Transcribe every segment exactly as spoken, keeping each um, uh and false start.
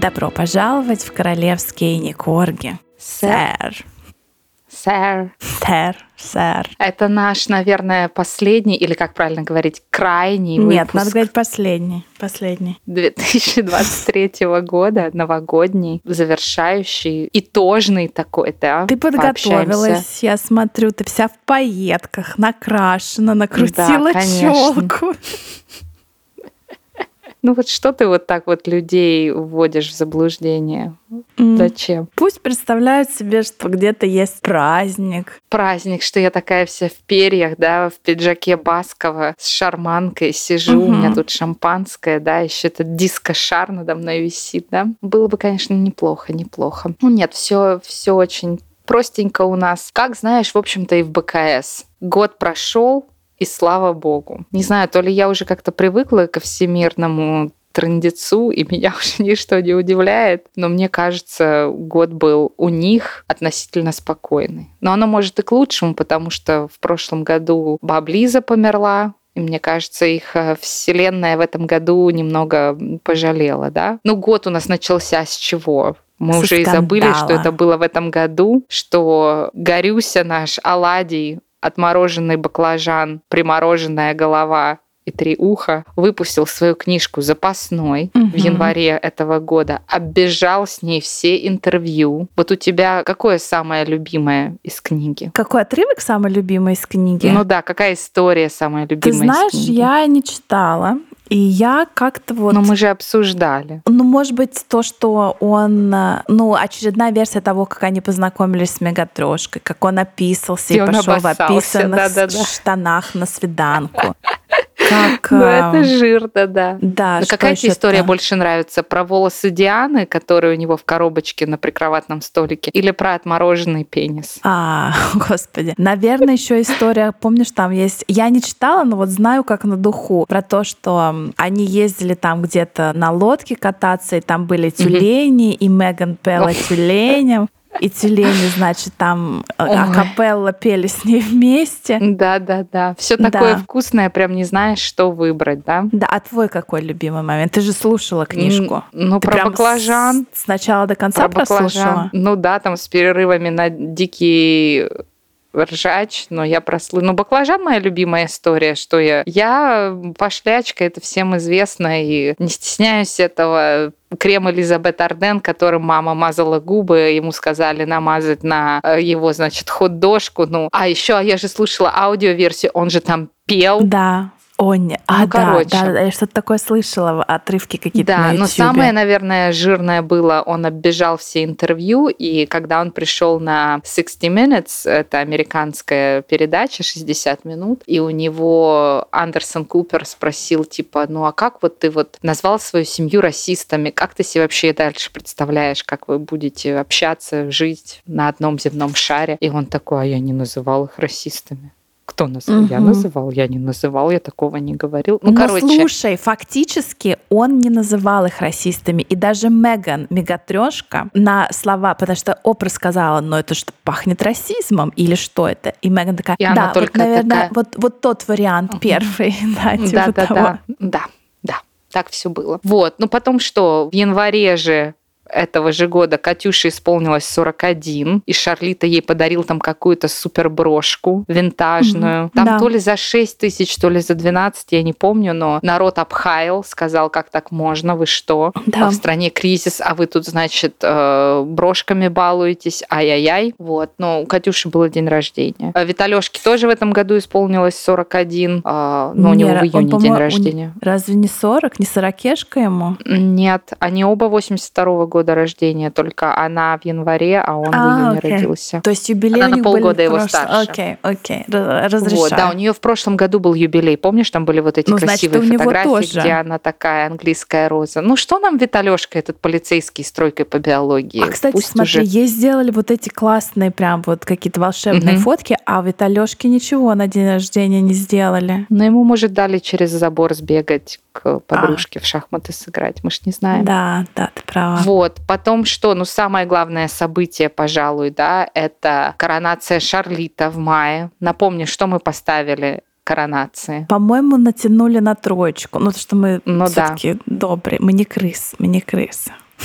Добро пожаловать в королевские Никорги. Сэр. Сэр. Сэр. Сэр. Это наш, наверное, последний, или, как правильно говорить, крайний выпуск. Нет, надо говорить последний. Последний. две тысячи двадцать третьего года, новогодний, завершающий, итожный такой, да? Ты подготовилась, Пообщаемся. Я смотрю, ты вся в пайетках, накрашена, накрутила Да, челку. Ну вот что ты вот так вот людей вводишь в заблуждение? Mm. Зачем? Пусть представляют себе, что где-то есть праздник. Праздник, что я такая вся в перьях, да, в пиджаке Баскова с шарманкой сижу, mm-hmm. у меня тут шампанское, да, еще этот диско-шар надо мной висит, да. Было бы, конечно, неплохо, неплохо. Ну нет, все, все очень простенько у нас. Как знаешь, в общем-то, и в БКС. Год прошел. И слава богу. Не знаю, то ли я уже как-то привыкла ко всемирному трындецу, и меня уже ничто не удивляет, но мне кажется, год был у них относительно спокойный. Но оно может и к лучшему, потому что в прошлом году баба Лиза померла, и мне кажется, их вселенная в этом году немного пожалела, да? Ну, год у нас начался с чего? Мы Со уже скандала. И забыли, что это было в этом году, что Горюся наш, оладий, отмороженный баклажан, примороженная голова и три уха, выпустил свою книжку «Запасной» угу. в январе этого года, оббежал с ней все интервью. Вот у тебя какое самое любимое из книги? Какой отрывок самый любимый из книги? Ну да, какая история самая любимая из книги? Ты знаешь, из книги? Я не читала. И я как-то вот... Но мы же обсуждали. Ну, может быть, то, что он... Ну, очередная версия того, как они познакомились с Мегатрёшкой, как он описался и, и пошел в описанных да, да, да. штанах на свиданку. Как... Ну, это жир, да-да. Да, Но какая тебе история больше нравится? Про волосы Дианы, которые у него в коробочке на прикроватном столике, или про отмороженный пенис? А, господи. Наверное, еще история, помнишь, там есть... Я не читала, но вот знаю, как на духу, про то, что они ездили там где-то на лодке кататься, и там были тюлени, mm-hmm. и Меган пела тюленем. И тюлени, значит, там акапелла пели с ней вместе. Да, да, да. Все да. такое вкусное, прям не знаешь, что выбрать, да? Да, а твой какой любимый момент? Ты же слушала книжку. Ну, Ты про баклажан. С, с начала до конца про прослушала? Баклажан. Ну да, там с перерывами на дикий ржач, но я прослушала. Ну, баклажан моя любимая история, что я... Я пошлячка, это всем известно, и не стесняюсь этого. Крем Элизабет Арден, которым мама мазала губы, ему сказали намазать на его, значит, хот-дошку. Ну, а еще я же слушала аудиоверсию, он же там пел. Да. О, не. А, ну, да, короче. да, я что-то такое слышала, отрывки какие-то да, на YouTube. Но самое, наверное, жирное было, он оббежал все интервью, и когда он пришел на sixty minutes, это американская передача, шестьдесят минут, и у него Андерсон Купер спросил, типа, ну а как вот ты вот назвал свою семью расистами, как ты себе вообще дальше представляешь, как вы будете общаться, жить на одном земном шаре? И он такой, а я не называл их расистами. Кто называл? Угу. Я называл, я не называл, я такого не говорил. Ну, Но короче. слушай, фактически он не называл их расистами. И даже Меган, Мегатрёшка, на слова, потому что Опра сказала, ну это что, пахнет расизмом или что это? И Меган такая, и да, вот, наверное, такая... вот, вот тот вариант первый. Да, типа да, да, того. да, да, да, так все было. Вот, ну потом что, в январе же этого же года Катюше исполнилось сорок один, и Шарлита ей подарил там какую-то супер брошку винтажную. Mm-hmm. Там да. то ли за шесть тысяч, то ли за двенадцать, я не помню, но народ обхаял, сказал, как так можно, вы что? Да. В стране кризис, а вы тут, значит, брошками балуетесь, ай-яй-яй. Вот, но у Катюши был день рождения. Виталёшке тоже в этом году исполнилось сорок один, но не, у него в июне он, день рождения. Разве не сорок? Не сорокешка ему? Нет, они оба восемьдесят второго года рождения, только она в январе, а он а, в июне окей. родился. То есть юбилей она у них на полгода были его прошло... старше. Окей, окей, разрешаю. Вот, да, у нее в прошлом году был юбилей. Помнишь, там были вот эти ну, красивые значит, фотографии, где она такая английская роза. Ну что нам Виталёшка, этот полицейский с тройкой по биологии? А, кстати, Пусть смотри, уже... ей сделали вот эти классные прям вот какие-то волшебные mm-hmm. фотки, а у Виталёшки ничего на день рождения не сделали. Но ему, может, дали через забор сбегать к подружке а. в шахматы сыграть. Мы ж не знаем. Да, да, ты права. Вот. Потом что? Ну, самое главное событие, пожалуй, да, это коронация Шарлита в мае. Напомню, что мы поставили коронации. По-моему, натянули на троечку. Ну, потому что мы ну, все-таки да. добрые. Мы не крыс, мы не крысы.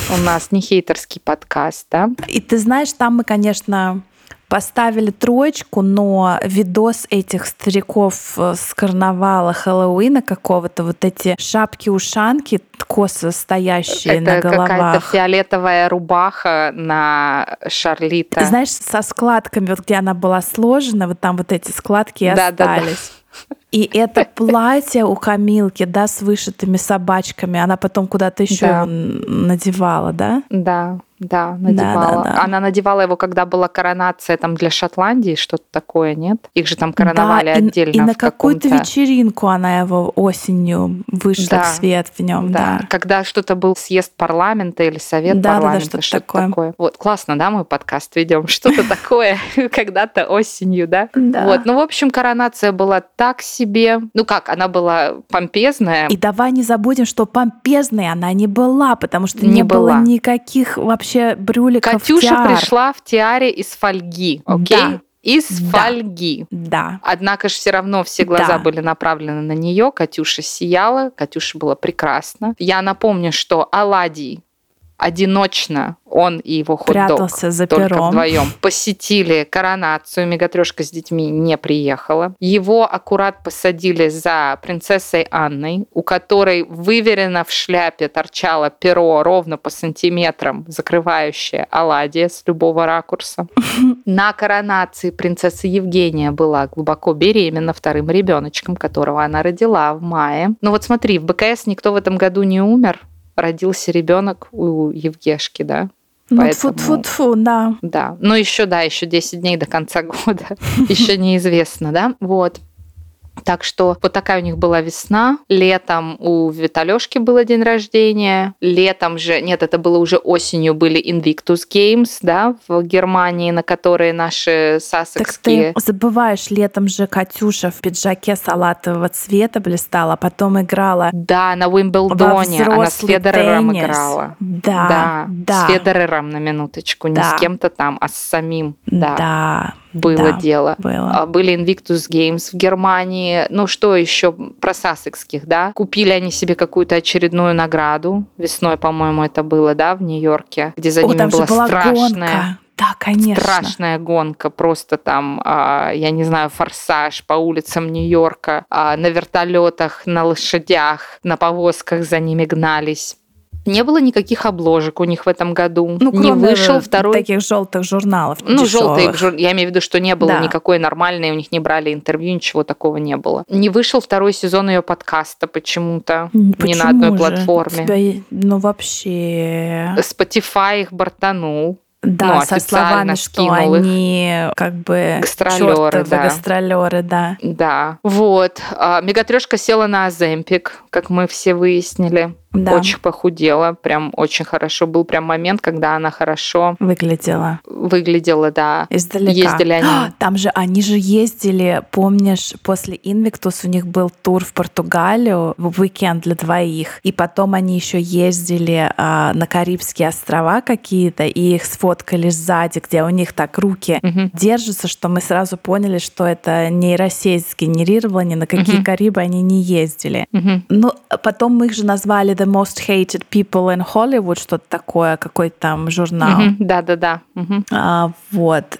У нас не хейтерский подкаст, да? И ты знаешь, там мы, конечно, поставили троечку, но видос этих стариков с карнавала, Хэллоуина какого-то, вот эти шапки-ушанки, косо стоящие это на головах. Это какая-то фиолетовая рубаха на Шарлита. Знаешь, со складками, вот где она была сложена, вот там вот эти складки и да, остались. Да, да. И это платье у Камилки, да, с вышитыми собачками, она потом куда-то еще да. надевала, да? Да. Да, надевала. Да, да, да. Она надевала его, когда была коронация там для Шотландии, что-то такое, нет? Их же там короновали да, отдельно. И, и на какую-то вечеринку она его осенью вышла да, в свет в нем. Да. да, когда что-то был съезд парламента или совет да, парламента, да, да, что-то, что-то такое. такое. Вот, классно, да, мы подкаст ведем. Что-то такое когда-то осенью, да? Да. Вот, ну, в общем, коронация была так себе. Ну как, она была помпезная. И давай не забудем, что помпезной она не была, потому что не, не было никаких вообще брюликов. Катюша тиар. пришла в тиаре из фольги, окей? Да. Из да. фольги. Да. Однако же все равно все глаза да. были направлены на нее. Катюша сияла, Катюша была прекрасна. Я напомню, что Аладий одиночно, он и его хот-дог за только пером. вдвоем посетили коронацию. Мегатрёшка с детьми не приехала. Его аккурат посадили за принцессой Анной, у которой выверено в шляпе торчало перо ровно по сантиметрам, закрывающее Аладдия с любого ракурса. На коронации принцесса Евгения была глубоко беременна вторым ребеночком, которого она родила в мае. Ну вот смотри, в БКС никто в этом году не умер. Родился ребенок у Евгешки, да? Ну, Поэтому... тьфу-тьфу-тьфу, да. Да. Ну, еще, да, еще десять дней до конца года. Еще неизвестно, да? Вот. Так что вот такая у них была весна. Летом у Виталёшки было день рождения. Летом же, нет, это было уже осенью, были Invictus Games, да, в Германии, на которые наши сассекские... Так ты забываешь, летом же Катюша в пиджаке салатового цвета блистала, потом играла... Да, на Уимблдоне. Она с Федерером теннис. играла. Да, да, да. С Федерером, на минуточку. Не да. с кем-то там, а с самим. Да. да. Было да, дело. Было. Были Invictus Games в Германии. Ну, что еще про сассекских, да? Купили они себе какую-то очередную награду. Весной, по-моему, это было, да, в Нью-Йорке, где за О, ними там была, же была страшная... гонка. Да, конечно. Страшная гонка. Просто там, я не знаю, форсаж по улицам Нью-Йорка. На вертолетах, на лошадях, на повозках за ними гнались. Не было никаких обложек у них в этом году. Ну, не вышел второй... таких желтых журналов. Ну, желтых. желтые, я имею в виду, что не было да. никакой нормальной, у них не брали интервью, ничего такого не было. Не вышел второй сезон ее подкаста почему-то. Почему ни на одной же? платформе. Тебя... Ну, вообще... Spotify их бортанул. Да, ну, со словами, что они как бы гастролеры, да. гастролеры, да. Да. Вот. Мегатрёшка села на Оземпик, как мы все выяснили. Да. Очень похудела, прям очень хорошо. Был прям момент, когда она хорошо выглядела. Выглядела, да. Издалека. Ездили они. А, там же они же ездили, помнишь, после Invictus у них был тур в Португалию в уикенд для двоих, и потом они еще ездили а, на Карибские острова какие-то, и их сфоткали сзади, где у них так руки угу. держатся, что мы сразу поняли, что это нейросеть сгенерировала, ни на какие угу. Карибы они не ездили. Угу. Ну, потом мы их же назвали The Most Hated People in Hollywood, что-то такое, какой-то там журнал. Uh-huh. Да-да-да. Uh-huh. А, вот.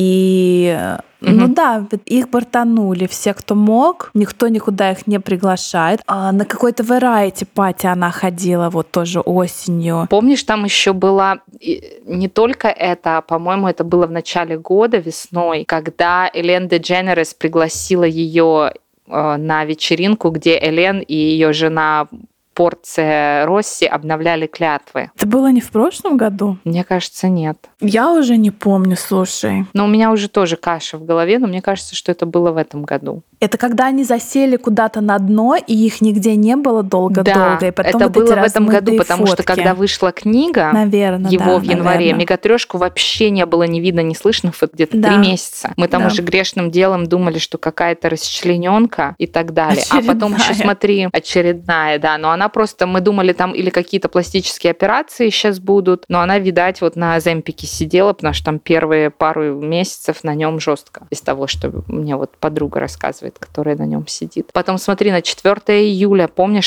И, uh-huh. ну да, их бортанули все, кто мог. Никто никуда их не приглашает. А на какой-то variety пати она ходила вот тоже осенью. Помнишь, там еще была не только это, а, по-моему, это было в начале года, весной, когда Элен Дедженерес пригласила ее на вечеринку, где Элен и ее жена Порция Росси обновляли клятвы. Это было не в прошлом году? Мне кажется, нет. Я уже не помню, слушай. Но у меня уже тоже каша в голове, но мне кажется, что это было в этом году. Это когда они засели куда-то на дно, и их нигде не было долго-долго. Да, и потом это вот было в этом году, потому фотки. что когда вышла книга, наверное, его да, в январе, Мегатрёшку вообще не было ни видно, ни слышно где-то да. три месяца. Мы там да. уже грешным делом думали, что какая-то расчленёнка и так далее. Очередная. А потом еще смотри, очередная, да, но она просто, мы думали, там или какие-то пластические операции сейчас будут, но она, видать, вот на Оземпике сидела, потому что там первые пару месяцев на нем жестко. Из того, что мне вот подруга рассказывает, которая на нем сидит. Потом смотри, на четвёртое июля, помнишь, они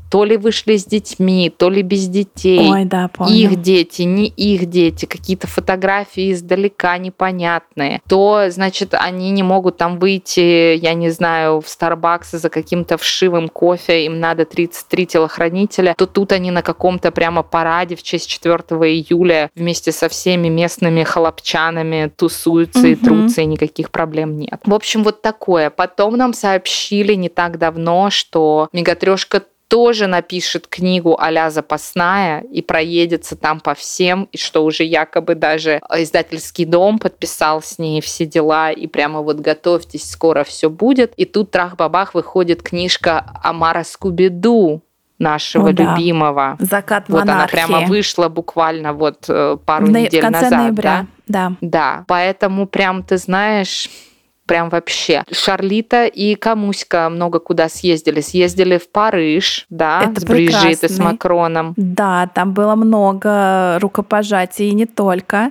то ли вышли с детьми, то ли без детей. Ой, да, помню. Их дети, не их дети, какие-то фотографии издалека непонятные. То, значит, они не могут там выйти, я не знаю, в Starbucks за каким-то вшивым кофе, им надо тридцать три телохранителя, то тут они на каком-то прямо параде в честь четвёртого июля вместе со всеми местными холопчанами тусуются и трутся, и никаких проблем нет. В общем, вот такое. Потом нам сообщили не так давно, что Мегатрёшка тоже напишет книгу а-ля запасная и проедется там по всем, и что уже якобы даже издательский дом подписал с ней все дела, и прямо вот готовьтесь, скоро все будет. И тут трах-бабах выходит книжка Омара Скуби-Ду, нашего О, да. любимого. «Закат вот монархии». Она прямо вышла буквально вот пару в недель в конце назад. ноября, да? Да. Да, поэтому прям, ты знаешь... Прям вообще. Шарлита и Камуська много куда съездили. Съездили в Париж, да, Это с Брижит и с прекрасный. Макроном. Да, там было много рукопожатий, и не только. Да.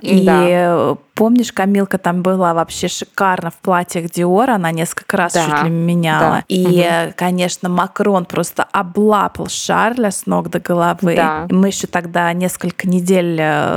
И помнишь, Камилка там была вообще шикарно в платьях Диор, она несколько раз Да, чуть ли меняла. да. И, Мгм. конечно, Макрон просто облапал Шарля с ног до головы. Да. И мы еще тогда несколько недель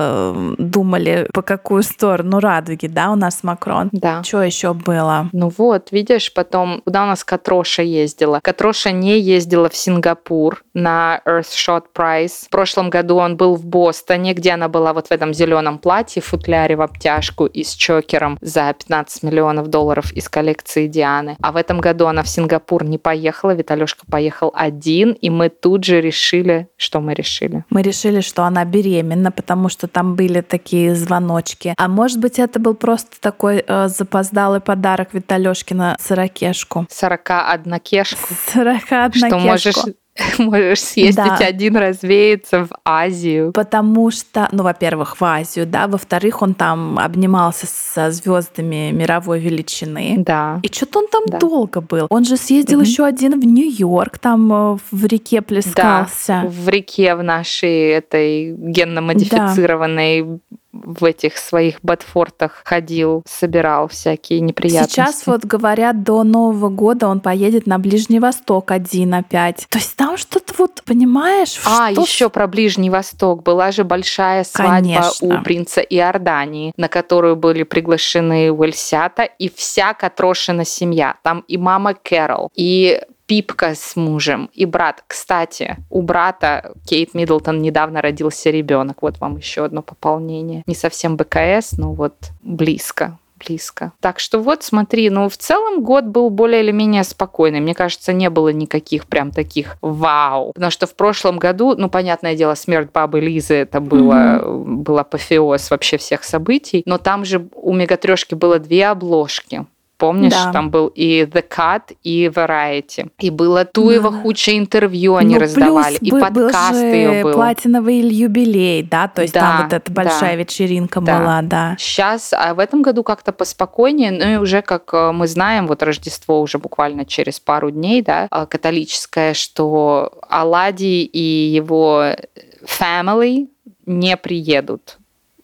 э, думали, по какую сторону радуги, да, у нас Макрон. Да. Что еще было? Ну вот, видишь, потом, куда у нас Катроша ездила? Катроша не ездила в Сингапур на Earthshot Prize. В прошлом году он был в Бостоне, где она была вот в этом зеленом платье, футляре в обтяжку и с чокером за пятнадцать миллионов долларов из коллекции Дианы. А в этом году она в Сингапур не поехала, Виталёшка поехал один, и мы тут же решили, что мы решили. Мы решили, что она беременна, потому что там были такие звоночки. А может быть, это был просто такой э, запоздалый подарок Виталёшке на сорокешку. сорокаоднокешку. Сорокаоднокешку. Что можешь, можешь съездить Да. один, развеяться в Азию. Потому что, ну, во-первых, в Азию, да, во-вторых, он там обнимался со звездами мировой величины. Да. И что-то он там Да. долго был. Он же съездил Мгм. еще один в Нью-Йорк, там э, в реке плескался. Да, в реке в нашей этой генно-модифицированной в этих своих ботфортах ходил, собирал всякие неприятности. Сейчас вот говорят, до Нового года он поедет на Ближний Восток один опять. То есть там что-то вот, понимаешь? А, что еще про Ближний Восток. Была же большая свадьба Конечно. у принца Иордании, на которую были приглашены уэльсята и вся Катрошина семья. Там и мама Кэрол, и Пипка с мужем, и брат. Кстати, у брата Кейт Миддлтон недавно родился ребенок. Вот вам еще одно пополнение. Не совсем БКС, но вот близко. Близко. Так что вот, смотри, ну в целом год был более или менее спокойный. Мне кажется, не было никаких прям таких вау. Потому что в прошлом году, ну, понятное дело, смерть бабы Лизы, это было, mm-hmm. был апофеоз вообще всех событий. Но там же у Мегатрёшки было две обложки. Помнишь, Да. там был и The Cut, и Variety. И было Туева Да. худшее интервью они Ну, раздавали, плюс и бы- подкаст был же ее был. платиновый юбилей, да, то есть Да, там вот эта большая да. вечеринка Да. была, да. Сейчас, а в этом году как-то поспокойнее, ну и уже, как мы знаем, вот Рождество уже буквально через пару дней, да, католическое, что Аладдий и его family не приедут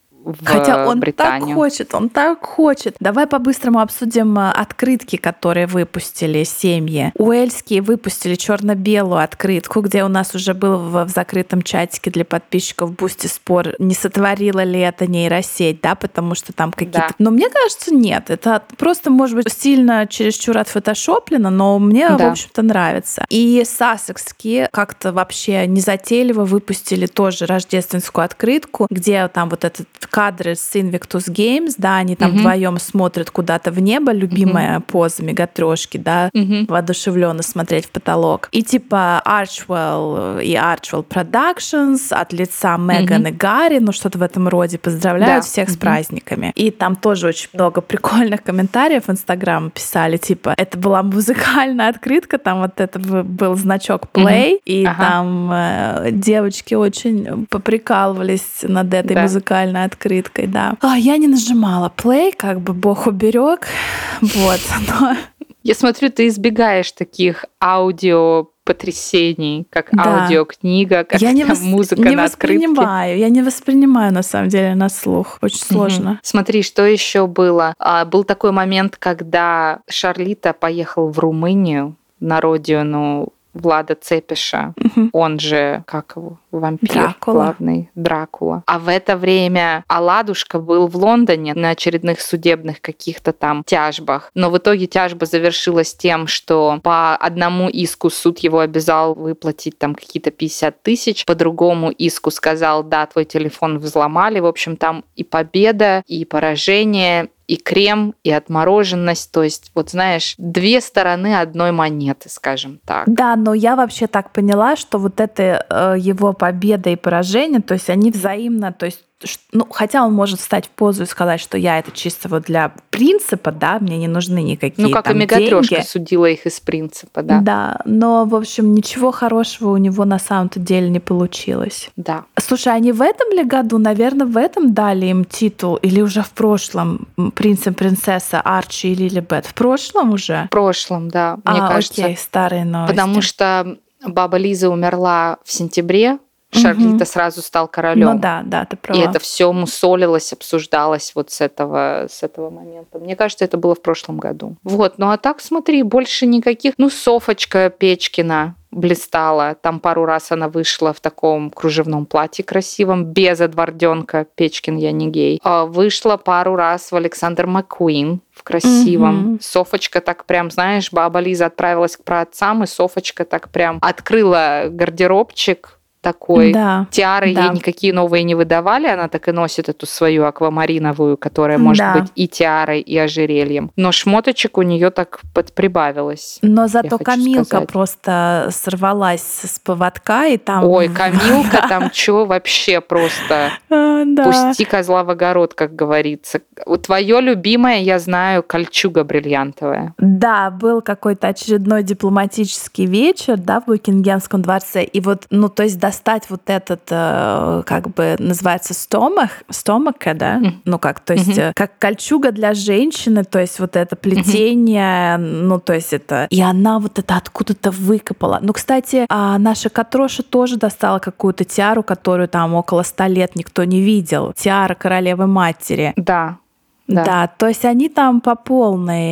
в Хотя он Британию. так хочет, он так хочет. Давай по-быстрому обсудим э, открытки, которые выпустили семьи. Уэльские выпустили черно-белую открытку, где у нас уже был в, в закрытом чатике для подписчиков Бусти спор, не сотворила ли это нейросеть, да, потому что там какие-то... Да. Но мне кажется, нет. Это просто, может быть, сильно чересчур отфотошоплено, но мне, Да. в общем-то, нравится. И сассекские как-то вообще незатейливо выпустили тоже рождественскую открытку, где там вот этот кадры с Invictus Games, да, они там Мгм. вдвоем смотрят куда-то в небо, любимая поза Мегатрёшки, да, Мгм. воодушевленно смотреть в потолок. И типа Archwell и Archwell Productions от лица Меган Мгм. и Гарри, ну что-то в этом роде, поздравляют Да. всех с Мгм. праздниками. И там тоже очень много прикольных комментариев в Инстаграм писали, типа, это была музыкальная открытка, там вот это б- был значок Play, Мгм. и Ага. там э, девочки очень поприкалывались над этой Да. музыкальной открыткой, да. А я не нажимала Play, как бы Бог уберег, вот, но... Я смотрю, ты избегаешь таких аудио потрясений, как Да. аудиокнига, как Я не, там вос- музыка не на открытке. воспринимаю, я не воспринимаю на самом деле на слух. Очень сложно. Мгм. Смотри, что еще было. А, был такой момент, когда Шарлита поехал в Румынию на родину Влада Цепиша, угу. он же, как его, вампир Дракула. главный, Дракула. А в это время Аладушка был в Лондоне на очередных судебных каких-то там тяжбах. Но в итоге тяжба завершилась тем, что по одному иску суд его обязал выплатить там какие-то пятьдесят тысяч, по другому иску сказал, да, твой телефон взломали. В общем, там и победа, и поражение, и крем, и отмороженность. То есть, вот знаешь, две стороны одной монеты, скажем так. Да, но я вообще так поняла, что вот это э, его победа и поражение, то есть они взаимно, то есть ну, хотя он может встать в позу и сказать, что я это чисто вот для принципа, да, мне не нужны никакие Ну, как там и Мегатрёшка деньги. судила их из принципа, да. Да, но, в общем, ничего хорошего у него на самом-то деле не получилось. Да. Слушай, они в этом ли году, наверное, в этом дали им титул, или уже в прошлом принц и принцесса Арчи и Лилибет? В прошлом уже? В прошлом, да, мне а, кажется. окей, старые новости. Потому что баба Лиза умерла в сентябре, Шарлита угу. сразу стал королем. Ну да, да, ты права. И это все мусолилось, обсуждалось вот с этого, с этого момента. Мне кажется, это было в прошлом году. Вот, ну а так, смотри, больше никаких... Ну, Софочка Печкина блистала. Там пару раз она вышла в таком кружевном платье красивом, без Эдвардёнка. Печкин, я не гей. А вышла пару раз в Александр Маккуин в красивом. Mm-hmm. Софочка так прям, знаешь, баба Лиза отправилась к праотцам, и Софочка так прям открыла гардеробчик такой. Да, Тиары да. ей никакие новые не выдавали, она так и носит эту свою аквамариновую, которая может да. быть и тиарой, и ожерельем. Но шмоточек у нее так подприбавилось. Но зато Камилка просто сорвалась с поводка, и там... Ой, Камилка там что вообще просто... Пусти козла в огород, как говорится. Твое любимое, я знаю, кольчуга бриллиантовая. Да, был какой-то очередной дипломатический вечер, да, в Букингемском дворце, и вот, ну, то есть достать вот этот, как бы, называется стомах, стомака, да, mm. ну как, то есть mm-hmm. как кольчуга для женщины, то есть вот это плетение, mm-hmm. ну то есть это, и она вот это откуда-то выкопала. Ну, кстати, наша Катроша тоже достала какую-то тиару, которую там около ста лет никто не видел, тиара королевы матери. Да. Да. да, то есть они там по полной,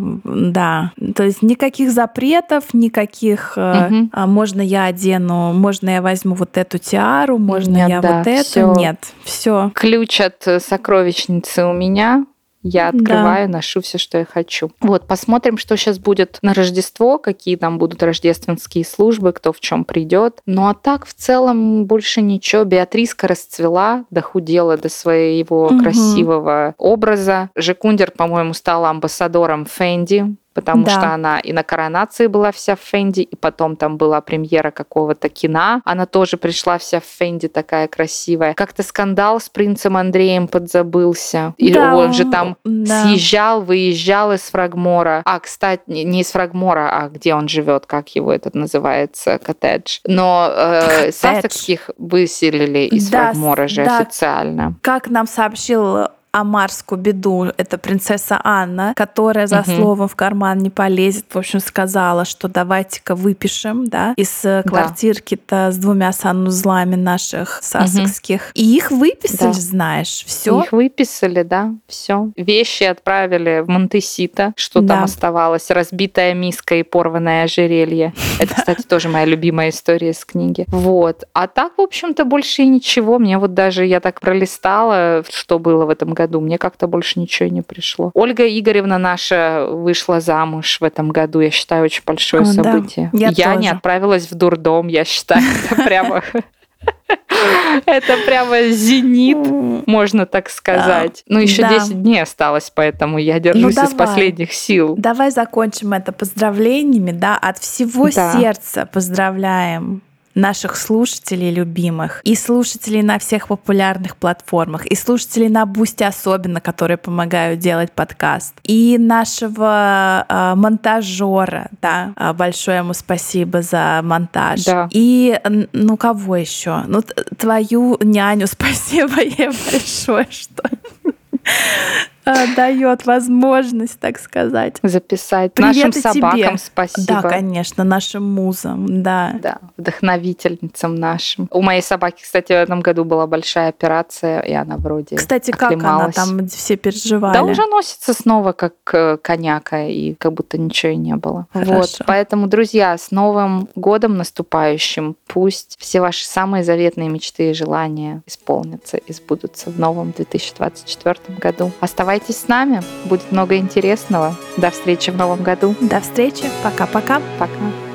да, то есть никаких запретов, никаких, угу. можно я одену, можно я возьму вот эту тиару, можно нет, я да, вот эту, всё. Нет, все. Ключ от сокровищницы у меня. Я открываю, да. ношу все, что я хочу. Вот, посмотрим, что сейчас будет на Рождество, какие там будут рождественские службы, кто в чем придет. Ну а так, в целом, больше ничего. Беатриска расцвела, дохудела до своего угу. красивого образа. Жекундер, по-моему, стала амбассадором Фенди, потому да. что она и на коронации была вся в Фенди, и потом там была премьера какого-то кино. Она тоже пришла вся в Фенди, такая красивая. Как-то скандал с принцем Андреем подзабылся. И да, он же там да. съезжал, выезжал из Фрагмора. А, кстати, не из Фрагмора, а где он живет, как его этот называется, коттедж. Но э, Сассекских выселили из да, Фрагмора же да. официально. Как нам сообщил Амар Скуби-Ду, это принцесса Анна, которая за uh-huh. словом в карман не полезет, в общем, сказала, что давайте-ка выпишем, да, из квартирки-то с двумя санузлами наших сассекских. Uh-huh. И их выписали, да. знаешь, все. Их выписали, да, все. Вещи отправили в Монтесита, что да. там оставалось, разбитая миска и порванное ожерелье. Это, кстати, тоже моя любимая история из книги. Вот. А так, в общем-то, больше и ничего. Мне вот даже, я так пролистала, что было в этом году. году. Мне как-то больше ничего не пришло. Ольга Игоревна наша вышла замуж в этом году. Я считаю, очень большое а, событие. Да. Я, я не отправилась в дурдом. Я считаю, это прямо... Это прямо зенит, можно так сказать. Ну, еще да. десять дней осталось, поэтому я держусь ну, из последних сил. Давай закончим это поздравлениями, да, от всего да. сердца поздравляем наших слушателей любимых, и слушателей на всех популярных платформах, и слушателей на Бусти особенно, которые помогают делать подкаст, и нашего э, монтажера, да, большое ему спасибо за монтаж, да. и ну кого еще? Ну твою няню спасибо ей большое, что дает возможность, так сказать, записать. Привет Нашим собакам тебе. спасибо. Да, конечно, нашим музам, да. Да, вдохновительницам нашим. У моей собаки, кстати, в этом году была большая операция, и она вроде Кстати, оклемалась. как она там, все переживали? Да уже носится снова как коняка, и как будто ничего и не было. Хорошо. Вот, поэтому, друзья, с Новым годом наступающим. Пусть все ваши самые заветные мечты и желания исполнятся и сбудутся в новом две тысячи двадцать четвёртом году. Оставайтесь с нами, будет много интересного. До встречи в новом году. До встречи, пока-пока. Пока.